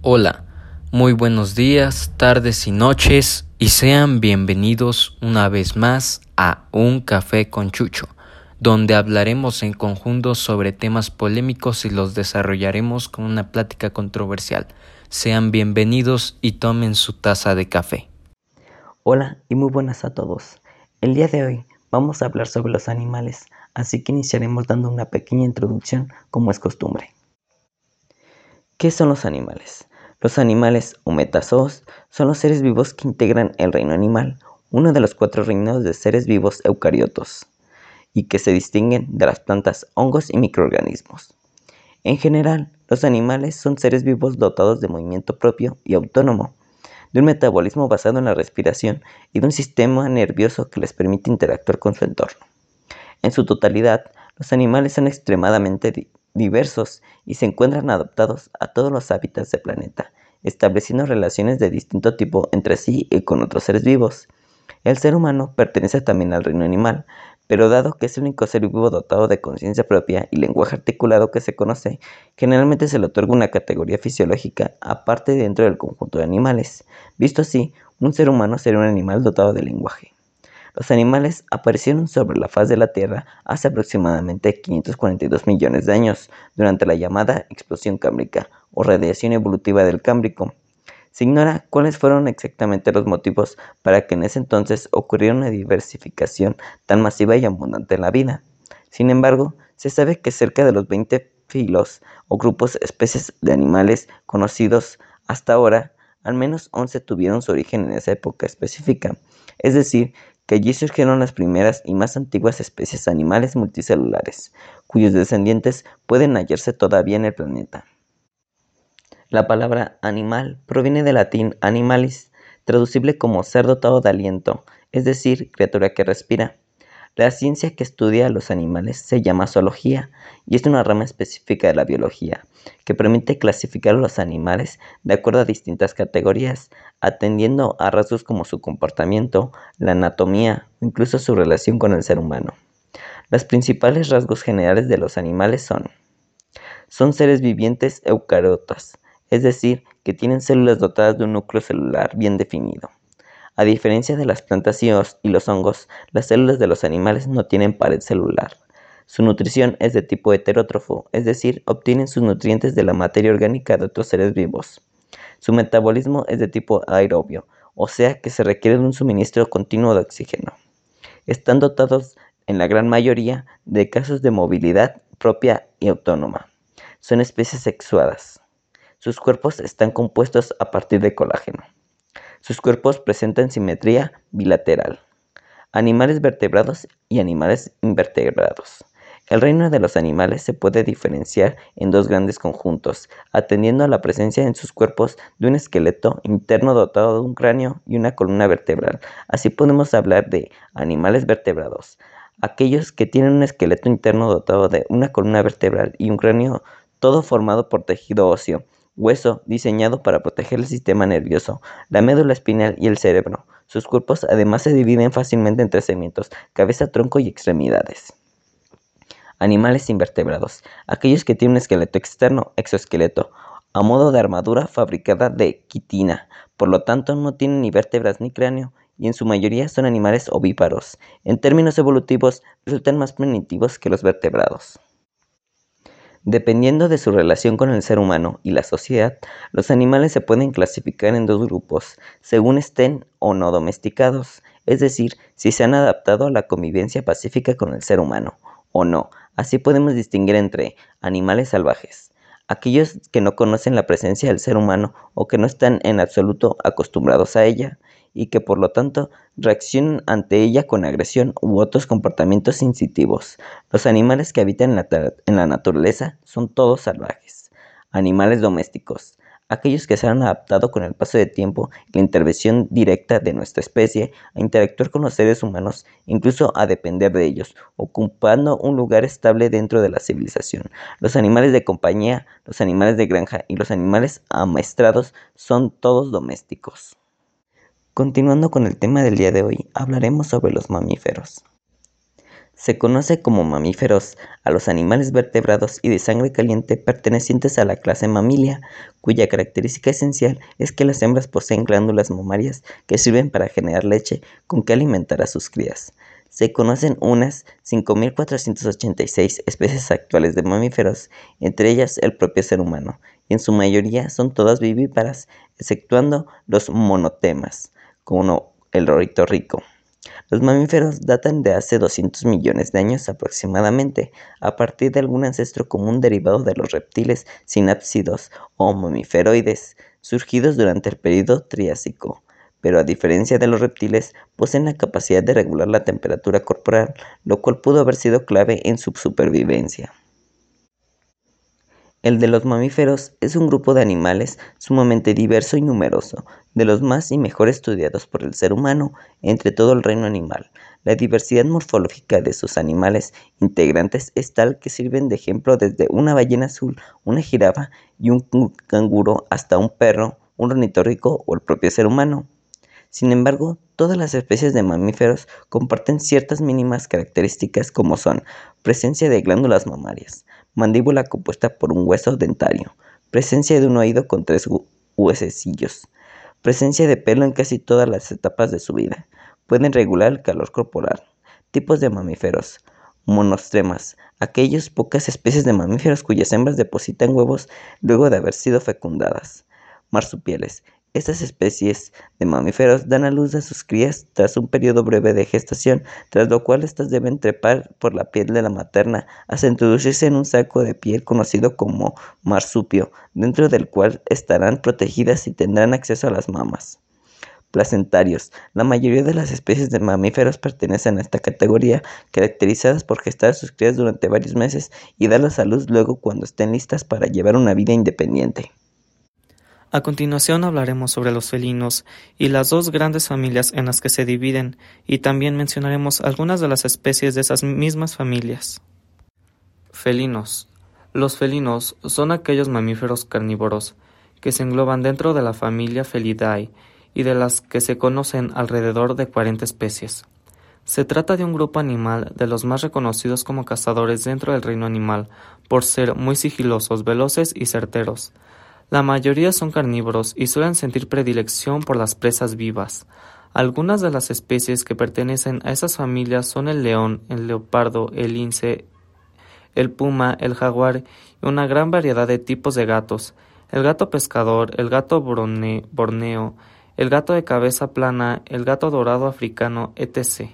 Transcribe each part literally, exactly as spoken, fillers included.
Hola, muy buenos días, tardes y noches y sean bienvenidos una vez más a Un Café con Chucho, donde hablaremos en conjunto sobre temas polémicos y los desarrollaremos con una plática controversial. Sean bienvenidos y tomen su taza de café. Hola y muy buenas a todos. El día de hoy vamos a hablar sobre los animales, así que iniciaremos dando una pequeña introducción como es costumbre. ¿Qué son los animales? Los animales o metazoos son los seres vivos que integran el reino animal, uno de los cuatro reinos de seres vivos eucariotos, y que se distinguen de las plantas, hongos y microorganismos. En general, los animales son seres vivos dotados de movimiento propio y autónomo, de un metabolismo basado en la respiración y de un sistema nervioso que les permite interactuar con su entorno. En su totalidad, los animales son extremadamente di- diversos y se encuentran adaptados a todos los hábitats del planeta, estableciendo relaciones de distinto tipo entre sí y con otros seres vivos. El ser humano pertenece también al reino animal, pero dado que es el único ser vivo dotado de conciencia propia y lenguaje articulado que se conoce, generalmente se le otorga una categoría fisiológica aparte dentro del conjunto de animales. Visto así, un ser humano sería un animal dotado de lenguaje. Los animales aparecieron sobre la faz de la Tierra hace aproximadamente quinientos cuarenta y dos millones de años, durante la llamada explosión cámbrica o radiación evolutiva del Cámbrico. Se ignora cuáles fueron exactamente los motivos para que en ese entonces ocurriera una diversificación tan masiva y abundante en la vida. Sin embargo, se sabe que cerca de los veinte filos o grupos especies de animales conocidos hasta ahora, al menos once tuvieron su origen en esa época específica, es decir, que allí surgieron las primeras y más antiguas especies animales multicelulares, cuyos descendientes pueden hallarse todavía en el planeta. La palabra animal proviene del latín animalis, traducible como ser dotado de aliento, es decir, criatura que respira. La ciencia que estudia a los animales se llama zoología y es una rama específica de la biología que permite clasificar a los animales de acuerdo a distintas categorías, atendiendo a rasgos como su comportamiento, la anatomía o incluso su relación con el ser humano. Los principales rasgos generales de los animales son: son seres vivientes eucariotas, es decir, que tienen células dotadas de un núcleo celular bien definido. A diferencia de las plantas y los hongos, las células de los animales no tienen pared celular. Su nutrición es de tipo heterótrofo, es decir, obtienen sus nutrientes de la materia orgánica de otros seres vivos. Su metabolismo es de tipo aerobio, o sea que se requiere de un suministro continuo de oxígeno. Están dotados, en la gran mayoría de casos, de movilidad propia y autónoma. Son especies sexuadas. Sus cuerpos están compuestos a partir de colágeno. Sus cuerpos presentan simetría bilateral. Animales vertebrados y animales invertebrados. El reino de los animales se puede diferenciar en dos grandes conjuntos, atendiendo a la presencia en sus cuerpos de un esqueleto interno dotado de un cráneo y una columna vertebral. Así podemos hablar de animales vertebrados, aquellos que tienen un esqueleto interno dotado de una columna vertebral y un cráneo, todo formado por tejido óseo, hueso diseñado para proteger el sistema nervioso, la médula espinal y el cerebro. Sus cuerpos además se dividen fácilmente en tres segmentos: cabeza, tronco y extremidades. Animales invertebrados: aquellos que tienen un esqueleto externo, exoesqueleto, a modo de armadura fabricada de quitina, por lo tanto no tienen ni vértebras ni cráneo, y en su mayoría son animales ovíparos. En términos evolutivos, resultan más primitivos que los vertebrados. Dependiendo de su relación con el ser humano y la sociedad, los animales se pueden clasificar en dos grupos, según estén o no domesticados, es decir, si se han adaptado a la convivencia pacífica con el ser humano o no. Así podemos distinguir entre animales salvajes, aquellos que no conocen la presencia del ser humano o que no están en absoluto acostumbrados a ella, y que por lo tanto reaccionan ante ella con agresión u otros comportamientos instintivos. Los animales que habitan en la, en la naturaleza son todos salvajes. Animales domésticos: aquellos que se han adaptado con el paso del tiempo y la intervención directa de nuestra especie a interactuar con los seres humanos, incluso a depender de ellos, ocupando un lugar estable dentro de la civilización. Los animales de compañía, los animales de granja y los animales amaestrados son todos domésticos. Continuando con el tema del día de hoy, hablaremos sobre los mamíferos. Se conoce como mamíferos a los animales vertebrados y de sangre caliente pertenecientes a la clase Mammilia, cuya característica esencial es que las hembras poseen glándulas mamarias que sirven para generar leche con que alimentar a sus crías. Se conocen unas cinco mil cuatrocientas ochenta y seis especies actuales de mamíferos, entre ellas el propio ser humano, y en su mayoría son todas vivíparas, exceptuando los monotemas, como el ornitorrinco. Los mamíferos datan de hace doscientos millones de años aproximadamente, a partir de algún ancestro común derivado de los reptiles sinápsidos o mamíferoides, surgidos durante el período Triásico. Pero a diferencia de los reptiles, poseen la capacidad de regular la temperatura corporal, lo cual pudo haber sido clave en su supervivencia. El de los mamíferos es un grupo de animales sumamente diverso y numeroso, de los más y mejor estudiados por el ser humano entre todo el reino animal. La diversidad morfológica de sus animales integrantes es tal que sirven de ejemplo desde una ballena azul, una jirafa y un canguro hasta un perro, un ornitorrinco o el propio ser humano. Sin embargo, todas las especies de mamíferos comparten ciertas mínimas características como son presencia de glándulas mamarias, mandíbula compuesta por un hueso dentario, presencia de un oído con tres huesecillos, presencia de pelo en casi todas las etapas de su vida, pueden regular el calor corporal. Tipos de mamíferos: monostremas, aquellas pocas especies de mamíferos cuyas hembras depositan huevos luego de haber sido fecundadas. Marsupiales, estas especies de mamíferos dan a luz a sus crías tras un periodo breve de gestación, tras lo cual éstas deben trepar por la piel de la materna hasta introducirse en un saco de piel conocido como marsupio, dentro del cual estarán protegidas y tendrán acceso a las mamas. Placentarios. La mayoría de las especies de mamíferos pertenecen a esta categoría, caracterizadas por gestar a sus crías durante varios meses y darlas a luz luego cuando estén listas para llevar una vida independiente. A continuación hablaremos sobre los felinos y las dos grandes familias en las que se dividen, y también mencionaremos algunas de las especies de esas mismas familias. Felinos. Los felinos son aquellos mamíferos carnívoros que se engloban dentro de la familia Felidae y de las que se conocen alrededor de cuarenta especies. Se trata de un grupo animal de los más reconocidos como cazadores dentro del reino animal por ser muy sigilosos, veloces y certeros. La mayoría son carnívoros y suelen sentir predilección por las presas vivas. Algunas de las especies que pertenecen a esas familias son el león, el leopardo, el lince, el puma, el jaguar y una gran variedad de tipos de gatos: el gato pescador, el gato borneo, el gato de cabeza plana, el gato dorado africano, etcétera.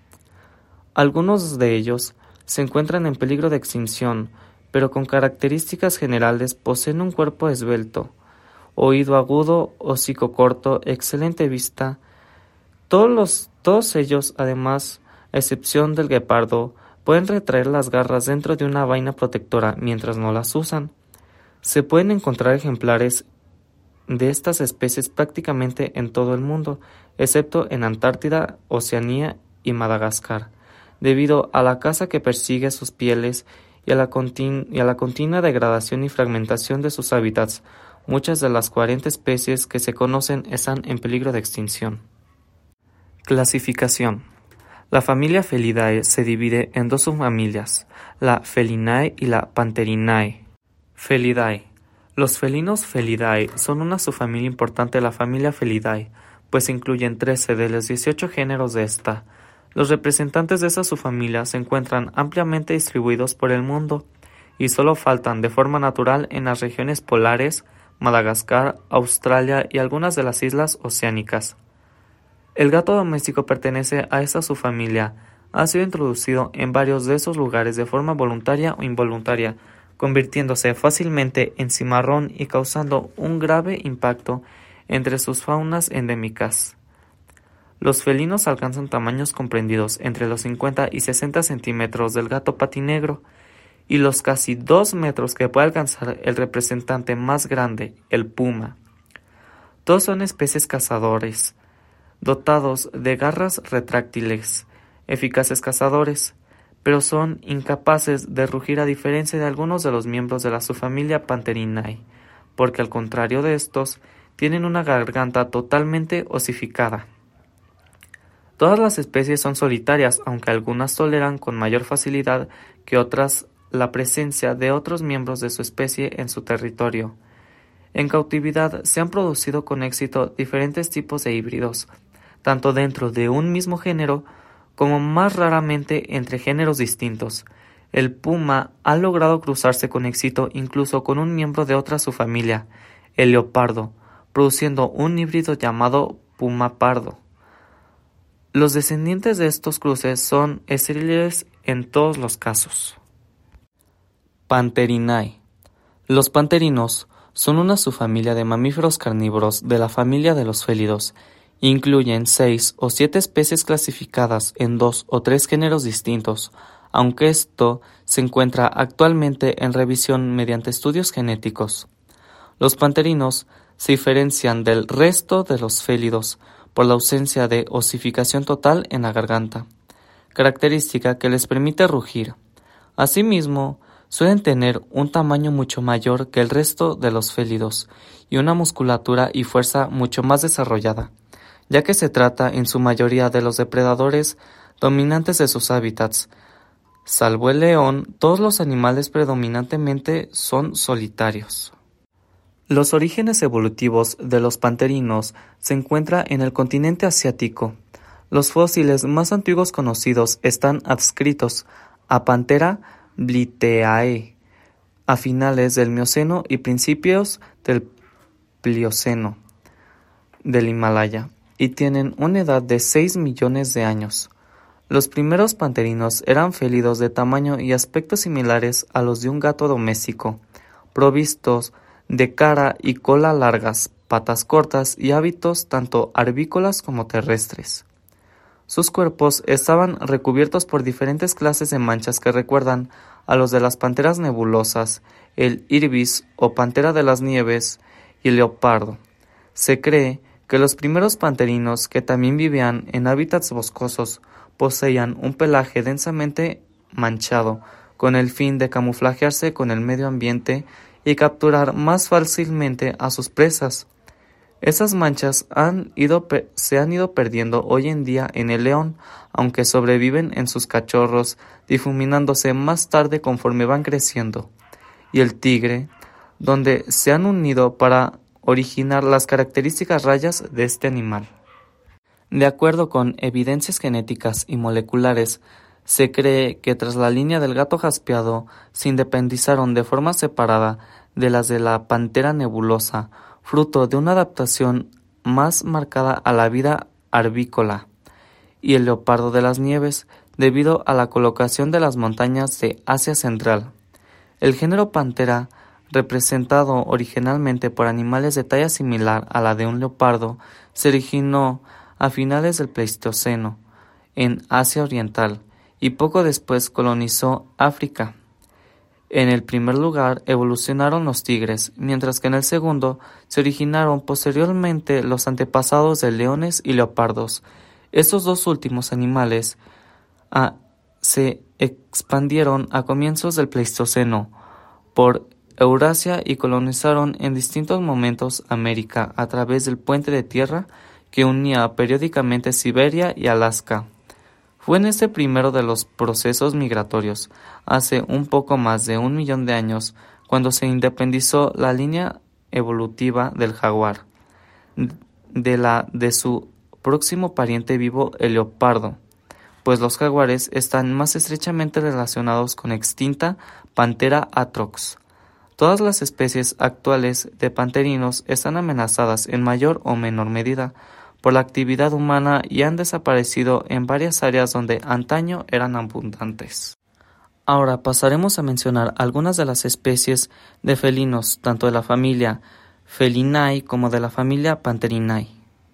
Algunos de ellos se encuentran en peligro de extinción, pero con características generales poseen un cuerpo esbelto, oído agudo, hocico corto, excelente vista. Todos, los, todos ellos, además, a excepción del guepardo, pueden retraer las garras dentro de una vaina protectora mientras no las usan. Se pueden encontrar ejemplares de estas especies prácticamente en todo el mundo, excepto en Antártida, Oceanía y Madagascar, debido a la caza que persigue sus pieles y a, la continu- y a la continua degradación y fragmentación de sus hábitats. Muchas de las cuarenta especies que se conocen están en peligro de extinción. Clasificación. La familia Felidae se divide en dos subfamilias, la Felinae y la Pantherininae. Felidae. Los felinos Felidae son una subfamilia importante de la familia Felidae, pues incluyen trece de los dieciocho géneros de esta. Los representantes de esa subfamilia se encuentran ampliamente distribuidos por el mundo y solo faltan de forma natural en las regiones polares, Madagascar, Australia y algunas de las islas oceánicas. El gato doméstico pertenece a esta subfamilia. Ha sido introducido en varios de esos lugares de forma voluntaria o involuntaria, convirtiéndose fácilmente en cimarrón y causando un grave impacto entre sus faunas endémicas. Los felinos alcanzan tamaños comprendidos entre los cincuenta y sesenta centímetros del gato patinegro y los casi dos metros que puede alcanzar el representante más grande, el puma. Todos son especies cazadores, dotados de garras retráctiles, eficaces cazadores, pero son incapaces de rugir a diferencia de algunos de los miembros de la subfamilia Pantherininae, porque al contrario de estos, tienen una garganta totalmente osificada. Todas las especies son solitarias, aunque algunas toleran con mayor facilidad que otras la presencia de otros miembros de su especie en su territorio. En cautividad se han producido con éxito diferentes tipos de híbridos, tanto dentro de un mismo género como más raramente entre géneros distintos. El puma ha logrado cruzarse con éxito incluso con un miembro de otra subfamilia, el leopardo, produciendo un híbrido llamado puma pardo. Los descendientes de estos cruces son estériles en todos los casos. Panterinae. Los panterinos son una subfamilia de mamíferos carnívoros de la familia de los félidos. Incluyen seis o siete especies clasificadas en dos o tres géneros distintos, aunque esto se encuentra actualmente en revisión mediante estudios genéticos. Los panterinos se diferencian del resto de los félidos por la ausencia de osificación total en la garganta, característica que les permite rugir. Asimismo, suelen tener un tamaño mucho mayor que el resto de los félidos y una musculatura y fuerza mucho más desarrollada, ya que se trata en su mayoría de los depredadores dominantes de sus hábitats. Salvo el león, todos los animales predominantemente son solitarios. Los orígenes evolutivos de los panterinos se encuentran en el continente asiático. Los fósiles más antiguos conocidos están adscritos a Panthera bliteae a finales del Mioceno y principios del Plioceno del Himalaya, y tienen una edad de seis millones de años. Los primeros panterinos eran félidos de tamaño y aspecto similares a los de un gato doméstico, provistos de cara y cola largas, patas cortas y hábitos tanto arvícolas como terrestres. Sus cuerpos estaban recubiertos por diferentes clases de manchas que recuerdan a los de las panteras nebulosas, el ibis o pantera de las nieves y el leopardo. Se cree que los primeros panterinos, que también vivían en hábitats boscosos, poseían un pelaje densamente manchado, con el fin de camuflajearse con el medio ambiente y capturar más fácilmente a sus presas. Esas manchas han ido se han ido perdiendo hoy en día en el león, aunque sobreviven en sus cachorros, difuminándose más tarde conforme van creciendo, y el tigre, donde se han unido para originar las características rayas de este animal. De acuerdo con evidencias genéticas y moleculares, se cree que tras la línea del gato jaspeado se independizaron de forma separada de las de la pantera nebulosa, fruto de una adaptación más marcada a la vida arvícola, y el leopardo de las nieves, debido a la colocación de las montañas de Asia Central. El género Panthera, representado originalmente por animales de talla similar a la de un leopardo, se originó a finales del Pleistoceno en Asia Oriental y poco después colonizó África. En el primer lugar evolucionaron los tigres, mientras que en el segundo se originaron posteriormente los antepasados de leones y leopardos. Estos dos últimos animales ah, se expandieron a comienzos del Pleistoceno por Eurasia y colonizaron en distintos momentos América a través del puente de tierra que unía periódicamente Siberia y Alaska. Fue en este primero de los procesos migratorios, hace un poco más de un millón de años, cuando se independizó la línea evolutiva del jaguar, de la de su próximo pariente vivo, el leopardo, pues los jaguares están más estrechamente relacionados con extinta Panthera atrox. Todas las especies actuales de panterinos están amenazadas en mayor o menor medida por la actividad humana y han desaparecido en varias áreas donde antaño eran abundantes. Ahora pasaremos a mencionar algunas de las especies de felinos, tanto de la familia Felinae como de la familia Panterinae.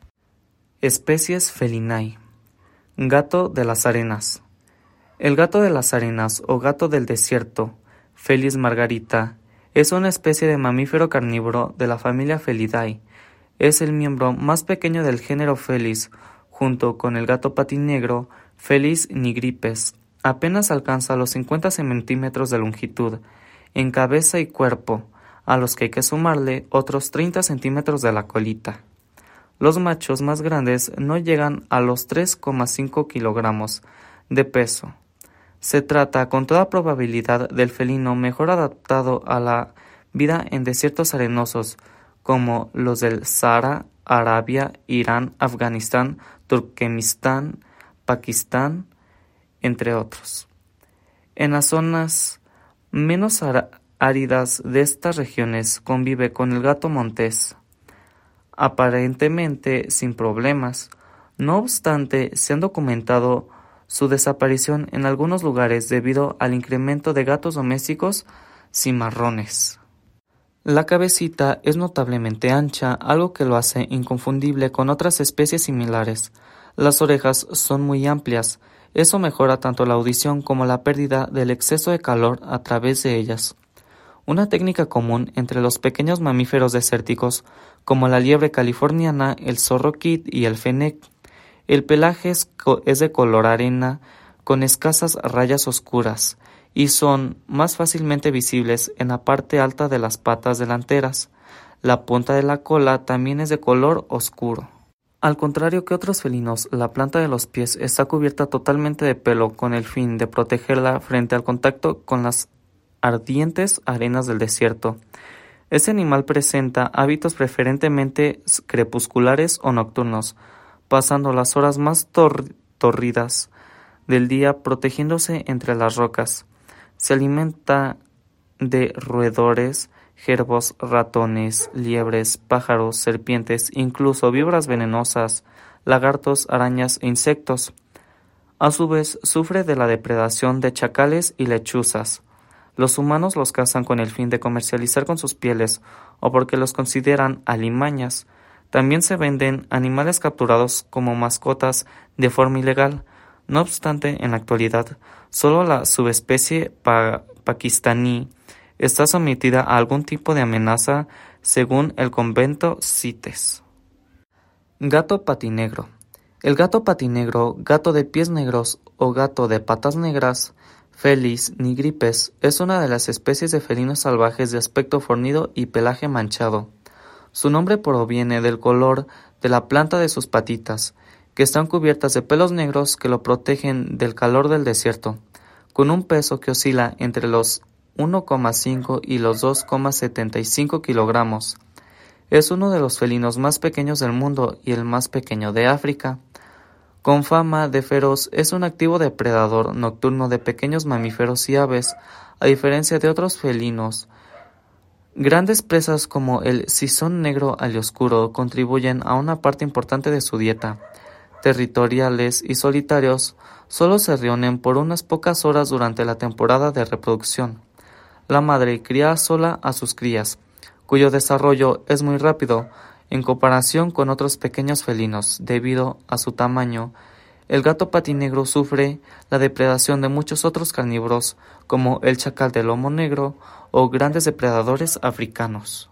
Especies Felinae. Gato de las arenas. El gato de las arenas o gato del desierto, Felis margarita, es una especie de mamífero carnívoro de la familia Felidae. Es el miembro más pequeño del género Felis, junto con el gato patinegro Felis nigripes. Apenas alcanza los cincuenta centímetros de longitud en cabeza y cuerpo, a los que hay que sumarle otros treinta centímetros de la colita. Los machos más grandes no llegan a los tres coma cinco kilogramos de peso. Se trata con toda probabilidad del felino mejor adaptado a la vida en desiertos arenosos como los del Sahara, Arabia, Irán, Afganistán, Turkmenistán, Pakistán, entre otros. En las zonas menos áridas de estas regiones convive con el gato montés, aparentemente sin problemas. No obstante, se han documentado su desaparición en algunos lugares debido al incremento de gatos domésticos cimarrones. La cabecita es notablemente ancha, algo que lo hace inconfundible con otras especies similares. Las orejas son muy amplias. Eso mejora tanto la audición como la pérdida del exceso de calor a través de ellas. Una técnica común entre los pequeños mamíferos desérticos, como la liebre californiana, el zorro kid y el fennec. El pelaje es, es de color arena con escasas rayas oscuras y son más fácilmente visibles en la parte alta de las patas delanteras. La punta de la cola también es de color oscuro. Al contrario que otros felinos, la planta de los pies está cubierta totalmente de pelo con el fin de protegerla frente al contacto con las ardientes arenas del desierto. Este animal presenta hábitos preferentemente crepusculares o nocturnos, pasando las horas más tor- tórridas del día protegiéndose entre las rocas. Se alimenta de roedores, jerbos, ratones, liebres, pájaros, serpientes, incluso víboras venenosas, lagartos, arañas e insectos. A su vez, sufre de la depredación de chacales y lechuzas. Los humanos los cazan con el fin de comercializar con sus pieles o porque los consideran alimañas. También se venden animales capturados como mascotas de forma ilegal. No obstante, en la actualidad, solo la subespecie pa- pakistaní está sometida a algún tipo de amenaza según el convento CITES. Gato patinegro. El gato patinegro, gato de pies negros o gato de patas negras, Felis nigripes, es una de las especies de felinos salvajes de aspecto fornido y pelaje manchado. Su nombre proviene del color de la planta de sus patitas, que están cubiertas de pelos negros que lo protegen del calor del desierto, con un peso que oscila entre los uno coma cinco y los dos coma setenta y cinco kilogramos. Es uno de los felinos más pequeños del mundo y el más pequeño de África. Con fama de feroz, es un activo depredador nocturno de pequeños mamíferos y aves, a diferencia de otros felinos. Grandes presas como el sisón negro alioscuro contribuyen a una parte importante de su dieta. Territoriales y solitarios, solo se reúnen por unas pocas horas durante la temporada de reproducción. La madre cría sola a sus crías, cuyo desarrollo es muy rápido en comparación con otros pequeños felinos. Debido a su tamaño, el gato patinegro sufre la depredación de muchos otros carnívoros, como el chacal de lomo negro o grandes depredadores africanos.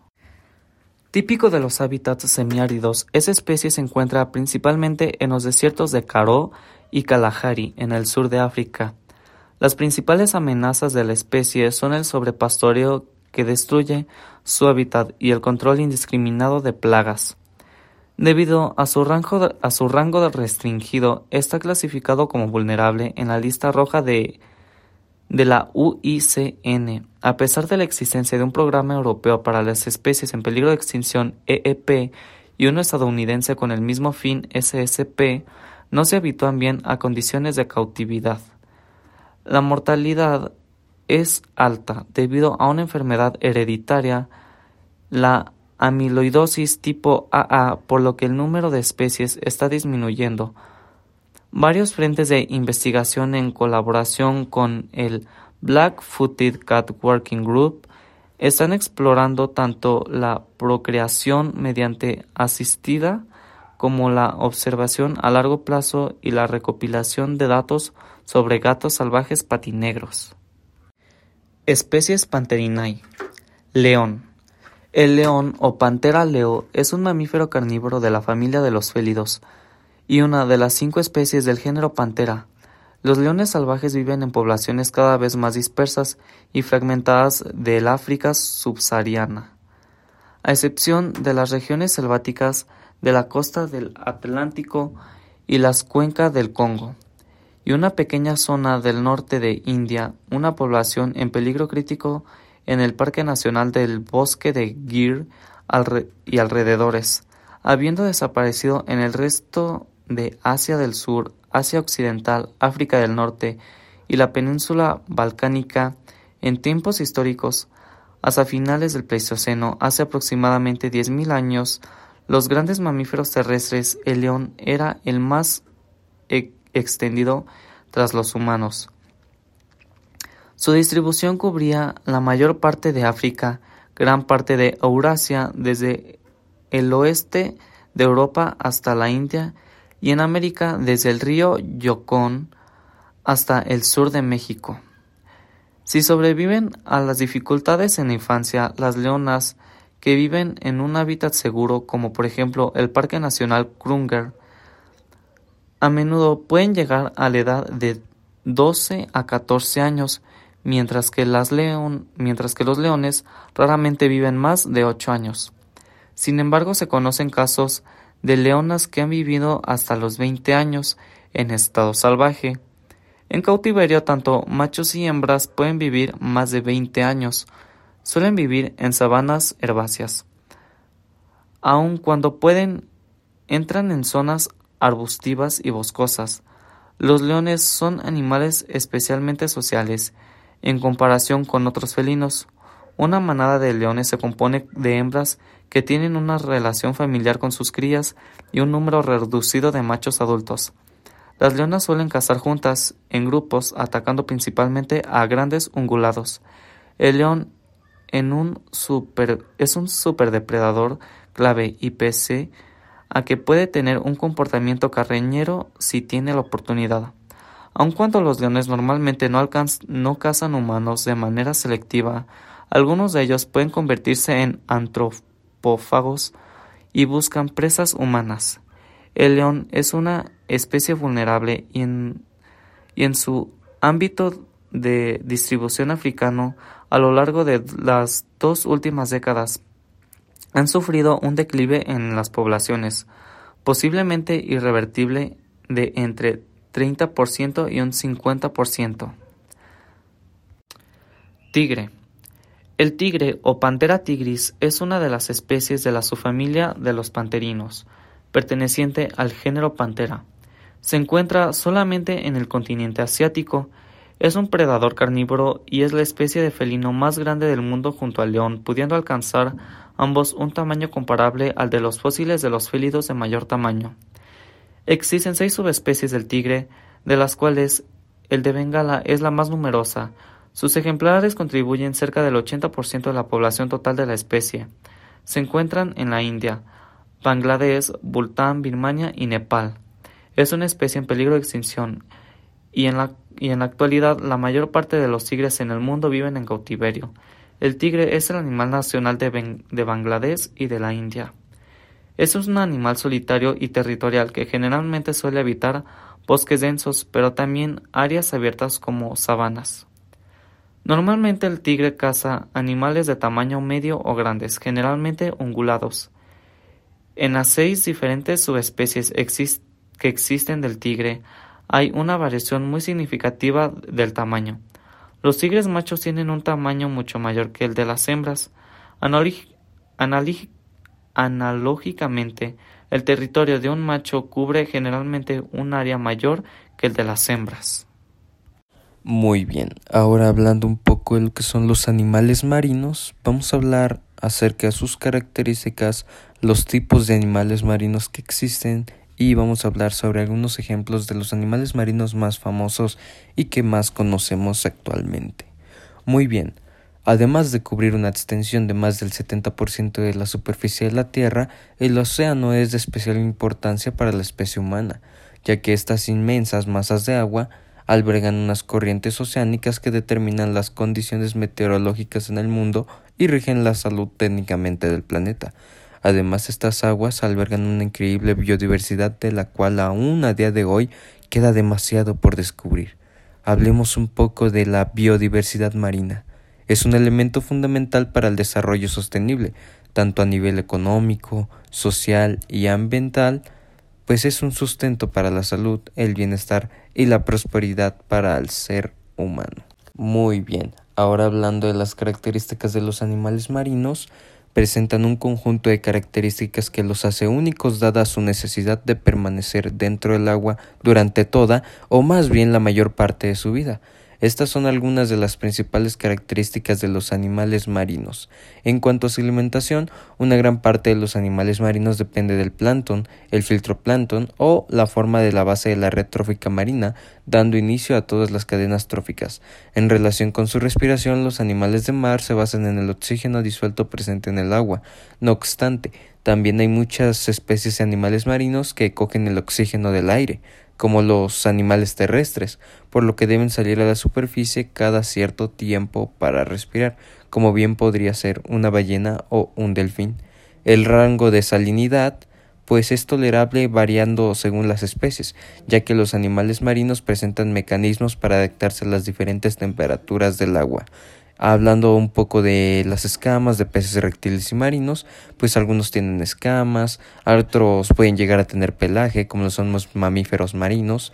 Típico de los hábitats semiáridos, esa especie se encuentra principalmente en los desiertos de Karoo y Kalahari, en el sur de África. Las principales amenazas de la especie son el sobrepastoreo que destruye su hábitat y el control indiscriminado de plagas. Debido a su rango, de, a su rango restringido, está clasificado como vulnerable en la lista roja de, de la U I C N. A pesar de la existencia de un programa europeo para las especies en peligro de extinción E E P y uno estadounidense con el mismo fin S S P, no se habitúan bien a condiciones de cautividad. La mortalidad es alta debido a una enfermedad hereditaria, la amiloidosis tipo A A, por lo que el número de especies está disminuyendo. Varios frentes de investigación en colaboración con el Black-Footed Cat Working Group están explorando tanto la procreación mediante asistida como la observación a largo plazo y la recopilación de datos sobre gatos salvajes patinegros. Especies Panterinae. León. El león o Panthera leo es un mamífero carnívoro de la familia de los félidos y una de las cinco especies del género Panthera. Los leones salvajes viven en poblaciones cada vez más dispersas y fragmentadas del África subsahariana. A excepción de las regiones selváticas de la costa del Atlántico y las cuencas del Congo, y una pequeña zona del norte de India, una población en peligro crítico en el Parque Nacional del Bosque de Gir alre- y alrededores, habiendo desaparecido en el resto de Asia del Sur, Asia Occidental, África del Norte y la península balcánica en tiempos históricos. Hasta finales del Pleistoceno, hace aproximadamente diez mil años, los grandes mamíferos terrestres, el león era el más e- extendido tras los humanos. Su distribución cubría la mayor parte de África, gran parte de Eurasia, desde el oeste de Europa hasta la India, y en América desde el río Yukón hasta el sur de México. Si sobreviven a las dificultades en la infancia, las leonas que viven en un hábitat seguro, como por ejemplo el Parque Nacional Kruger, a menudo pueden llegar a la edad de doce a catorce años, mientras que, las león, mientras que los leones raramente viven más de ocho años. Sin embargo, se conocen casos de leonas que han vivido hasta los veinte años en estado salvaje. En cautiverio, tanto machos y hembras pueden vivir más de veinte años. Suelen vivir en sabanas herbáceas. Aun cuando pueden, entran en zonas arbustivas y boscosas. Los leones son animales especialmente sociales en comparación con otros felinos. Una manada de leones se compone de hembras que tienen una relación familiar con sus crías y un número reducido de machos adultos. Las leonas suelen cazar juntas, en grupos, atacando principalmente a grandes ungulados. El león en un super, es un superdepredador clave y pese a que puede tener un comportamiento carroñero si tiene la oportunidad. Aun cuando los leones normalmente no, alcanz, no cazan humanos de manera selectiva, algunos de ellos pueden convertirse en antropófagos y buscan presas humanas. El león es una especie vulnerable y en, y en su ámbito de distribución africano, a lo largo de las dos últimas décadas, han sufrido un declive en las poblaciones, posiblemente irrevertible, de entre treinta por ciento y un cincuenta por ciento. Tigre. El tigre o Panthera tigris es una de las especies de la subfamilia de los panterinos, perteneciente al género Panthera. Se encuentra solamente en el continente asiático. Es un predador carnívoro y es la especie de felino más grande del mundo junto al león, pudiendo alcanzar ambos un tamaño comparable al de los fósiles de los félidos de mayor tamaño. Existen seis subespecies del tigre, de las cuales el de Bengala es la más numerosa. Sus ejemplares contribuyen cerca del ochenta por ciento de la población total de la especie. Se encuentran en la India, Bangladesh, Bután, Birmania y Nepal. Es una especie en peligro de extinción y en la, y en la actualidad la mayor parte de los tigres en el mundo viven en cautiverio. El tigre es el animal nacional de, ben, de Bangladesh y de la India. Es un animal solitario y territorial que generalmente suele habitar bosques densos, pero también áreas abiertas como sabanas. Normalmente el tigre caza animales de tamaño medio o grandes, generalmente ungulados. En las seis diferentes subespecies exist- que existen del tigre, hay una variación muy significativa del tamaño. Los tigres machos tienen un tamaño mucho mayor que el de las hembras. Analog- analog- Analógicamente, el territorio de un macho cubre generalmente un área mayor que el de las hembras. Muy bien, ahora hablando un poco de lo que son los animales marinos, vamos a hablar acerca de sus características, los tipos de animales marinos que existen y vamos a hablar sobre algunos ejemplos de los animales marinos más famosos y que más conocemos actualmente. Muy bien. Además de cubrir una extensión de más del setenta por ciento de la superficie de la Tierra, el océano es de especial importancia para la especie humana, ya que estas inmensas masas de agua albergan unas corrientes oceánicas que determinan las condiciones meteorológicas en el mundo y rigen la salud técnicamente del planeta. Además, estas aguas albergan una increíble biodiversidad de la cual aún a día de hoy queda demasiado por descubrir. Hablemos un poco de la biodiversidad marina. Es un elemento fundamental para el desarrollo sostenible, tanto a nivel económico, social y ambiental, pues es un sustento para la salud, el bienestar y la prosperidad para el ser humano. Muy bien, ahora hablando de las características de los animales marinos, presentan un conjunto de características que los hace únicos dada su necesidad de permanecer dentro del agua durante toda o más bien la mayor parte de su vida. Estas son algunas de las principales características de los animales marinos. En cuanto a su alimentación, una gran parte de los animales marinos depende del plancton, el fitoplancton o la forma de la base de la red trófica marina, dando inicio a todas las cadenas tróficas. En relación con su respiración, los animales de mar se basan en el oxígeno disuelto presente en el agua. No obstante, también hay muchas especies de animales marinos que cogen el oxígeno del aire, como los animales terrestres, por lo que deben salir a la superficie cada cierto tiempo para respirar, como bien podría ser una ballena o un delfín. El rango de salinidad, pues es tolerable variando según las especies, ya que los animales marinos presentan mecanismos para adaptarse a las diferentes temperaturas del agua. Hablando un poco de las escamas de peces reptiles y marinos, pues algunos tienen escamas, otros pueden llegar a tener pelaje, como son los mamíferos marinos,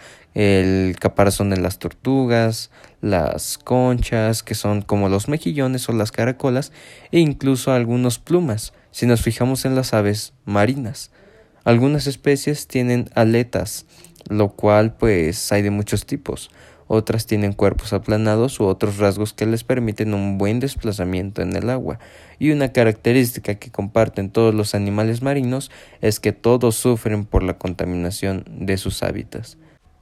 el caparazón de las tortugas, las conchas, que son como los mejillones o las caracolas, e incluso algunos plumas, si nos fijamos en las aves marinas. Algunas especies tienen aletas, lo cual pues hay de muchos tipos. Otras tienen cuerpos aplanados u otros rasgos que les permiten un buen desplazamiento en el agua. Y una característica que comparten todos los animales marinos es que todos sufren por la contaminación de sus hábitats.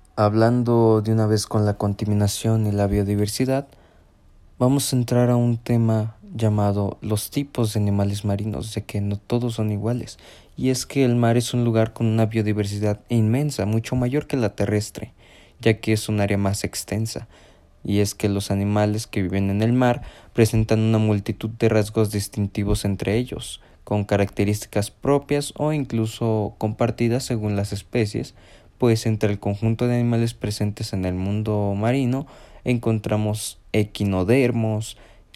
Hablando de una vez con la contaminación y la biodiversidad, vamos a entrar a un tema llamado los tipos de animales marinos, ya que no todos son iguales. Y es que el mar es un lugar con una biodiversidad inmensa, mucho mayor que la terrestre, ya que es un área más extensa, y es que los animales que viven en el mar presentan una multitud de rasgos distintivos entre ellos, con características propias o incluso compartidas según las especies, pues entre el conjunto de animales presentes en el mundo marino encontramos equinodermos,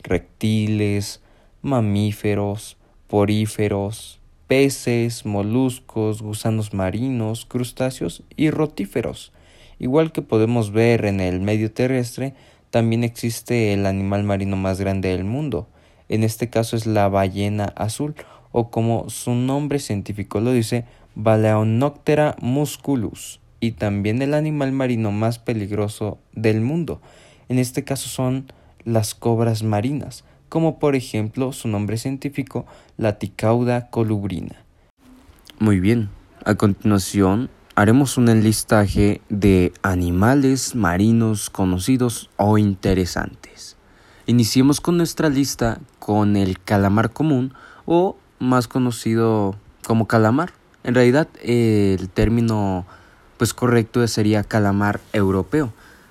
reptiles, mamíferos, poríferos, peces, moluscos, gusanos marinos, crustáceos y rotíferos. Igual que podemos ver en el medio terrestre, también existe el animal marino más grande del mundo. En este caso es la ballena azul, o como su nombre científico lo dice, Balaenoptera musculus, y también el animal marino más peligroso del mundo. En este caso son las cobras marinas, como por ejemplo su nombre científico, Laticauda colubrina. Muy bien, a continuación haremos un enlistaje de animales marinos conocidos o interesantes. Iniciemos con nuestra lista con el calamar común o más conocido como calamar. En realidad eh, el término pues correcto sería calamar europeo,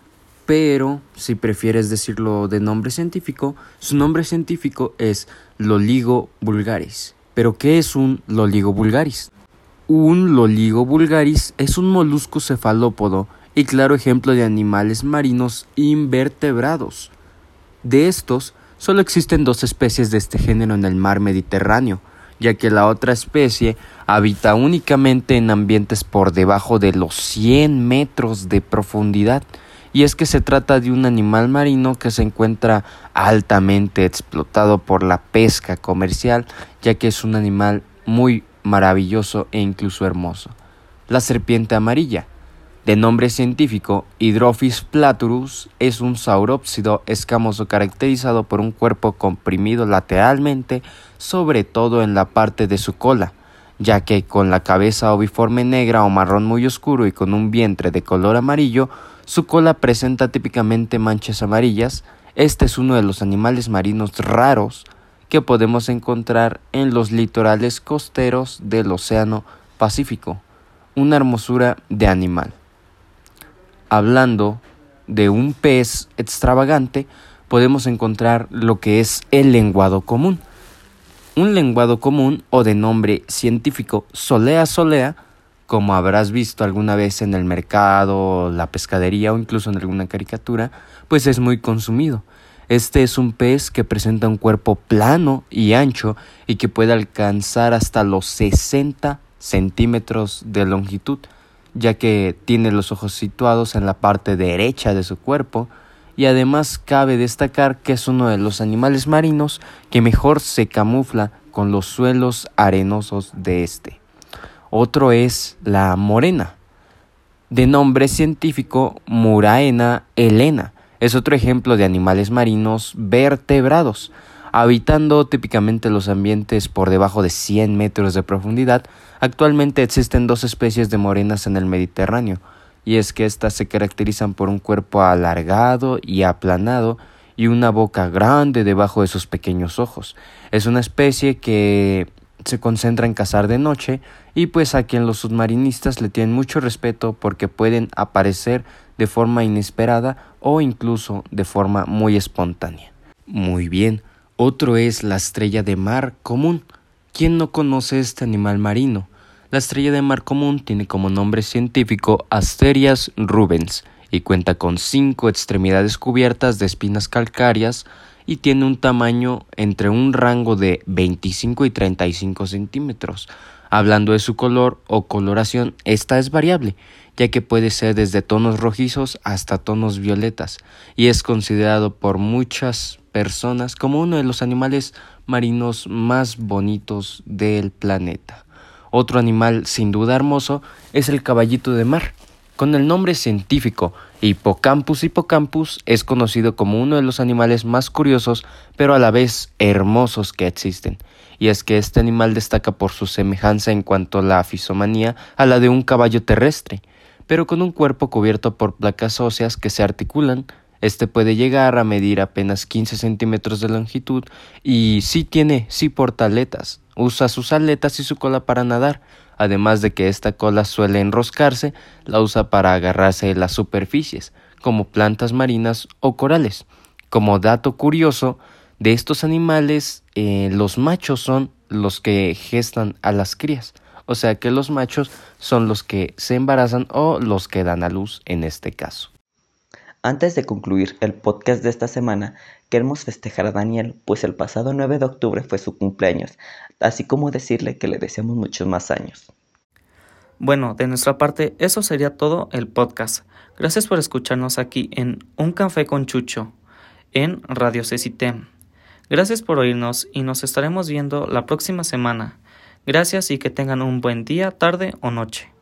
pero si prefieres decirlo de nombre científico, su nombre científico es Loligo vulgaris. ¿Pero qué es un Loligo vulgaris? Un Loligo vulgaris es un molusco cefalópodo y claro ejemplo de animales marinos invertebrados. De estos, solo existen dos especies de este género en el mar Mediterráneo, ya que la otra especie habita únicamente en ambientes por debajo de los cien metros de profundidad, y es que se trata de un animal marino que se encuentra altamente explotado por la pesca comercial, ya que es un animal muy maravilloso e incluso hermoso. La serpiente amarilla, de nombre científico Hydrophis platurus, es un saurópsido escamoso caracterizado por un cuerpo comprimido lateralmente, sobre todo en la parte de su cola, ya que con la cabeza oviforme negra o marrón muy oscuro y con un vientre de color amarillo, su cola presenta típicamente manchas amarillas. Este es uno de los animales marinos raros que podemos encontrar en los litorales costeros del Océano Pacífico. Una hermosura de animal. Hablando de un pez extravagante, podemos encontrar lo que es el lenguado común. Un lenguado común, o de nombre científico Solea solea, como habrás visto alguna vez en el mercado, la pescadería o incluso en alguna caricatura, pues es muy consumido. Este es un pez que presenta un cuerpo plano y ancho y que puede alcanzar hasta los sesenta centímetros de longitud, ya que tiene los ojos situados en la parte derecha de su cuerpo, y además cabe destacar que es uno de los animales marinos que mejor se camufla con los suelos arenosos de este. Otro es la morena, de nombre científico Muraena helena. Es otro ejemplo de animales marinos vertebrados, habitando típicamente los ambientes por debajo de cien metros de profundidad. Actualmente existen dos especies de morenas en el Mediterráneo, y es que estas se caracterizan por un cuerpo alargado y aplanado y una boca grande debajo de sus pequeños ojos. Es una especie que se concentra en cazar de noche y pues a quien los submarinistas le tienen mucho respeto porque pueden aparecer de forma inesperada o incluso de forma muy espontánea. Muy bien, otro es la estrella de mar común. ¿Quién no conoce este animal marino? La estrella de mar común tiene como nombre científico Asterias rubens y cuenta con cinco extremidades cubiertas de espinas calcáreas y tiene un tamaño entre un rango de veinticinco y treinta y cinco centímetros. Hablando de su color o coloración, esta es variable, ya que puede ser desde tonos rojizos hasta tonos violetas, y es considerado por muchas personas como uno de los animales marinos más bonitos del planeta. Otro animal sin duda hermoso es el caballito de mar. Con el nombre científico Hippocampus hippocampus es conocido como uno de los animales más curiosos pero a la vez hermosos que existen. Y es que este animal destaca por su semejanza en cuanto a la fisonomía a la de un caballo terrestre, pero con un cuerpo cubierto por placas óseas que se articulan. Este puede llegar a medir apenas quince centímetros de longitud y sí tiene, sí porta aletas. Usa sus aletas y su cola para nadar, además de que esta cola suele enroscarse, la usa para agarrarse de las superficies, como plantas marinas o corales. Como dato curioso, de estos animales, eh, los machos son los que gestan a las crías, o sea que los machos son los que se embarazan o los que dan a luz en este caso. Antes de concluir el podcast de esta semana, queremos festejar a Daniel, pues el pasado nueve de octubre fue su cumpleaños, así como decirle que le deseamos muchos más años. Bueno, de nuestra parte, eso sería todo el podcast. Gracias por escucharnos aquí en Un Café con Chucho, en Radio Cecitem. Gracias por oírnos y nos estaremos viendo la próxima semana. Gracias y que tengan un buen día, tarde o noche.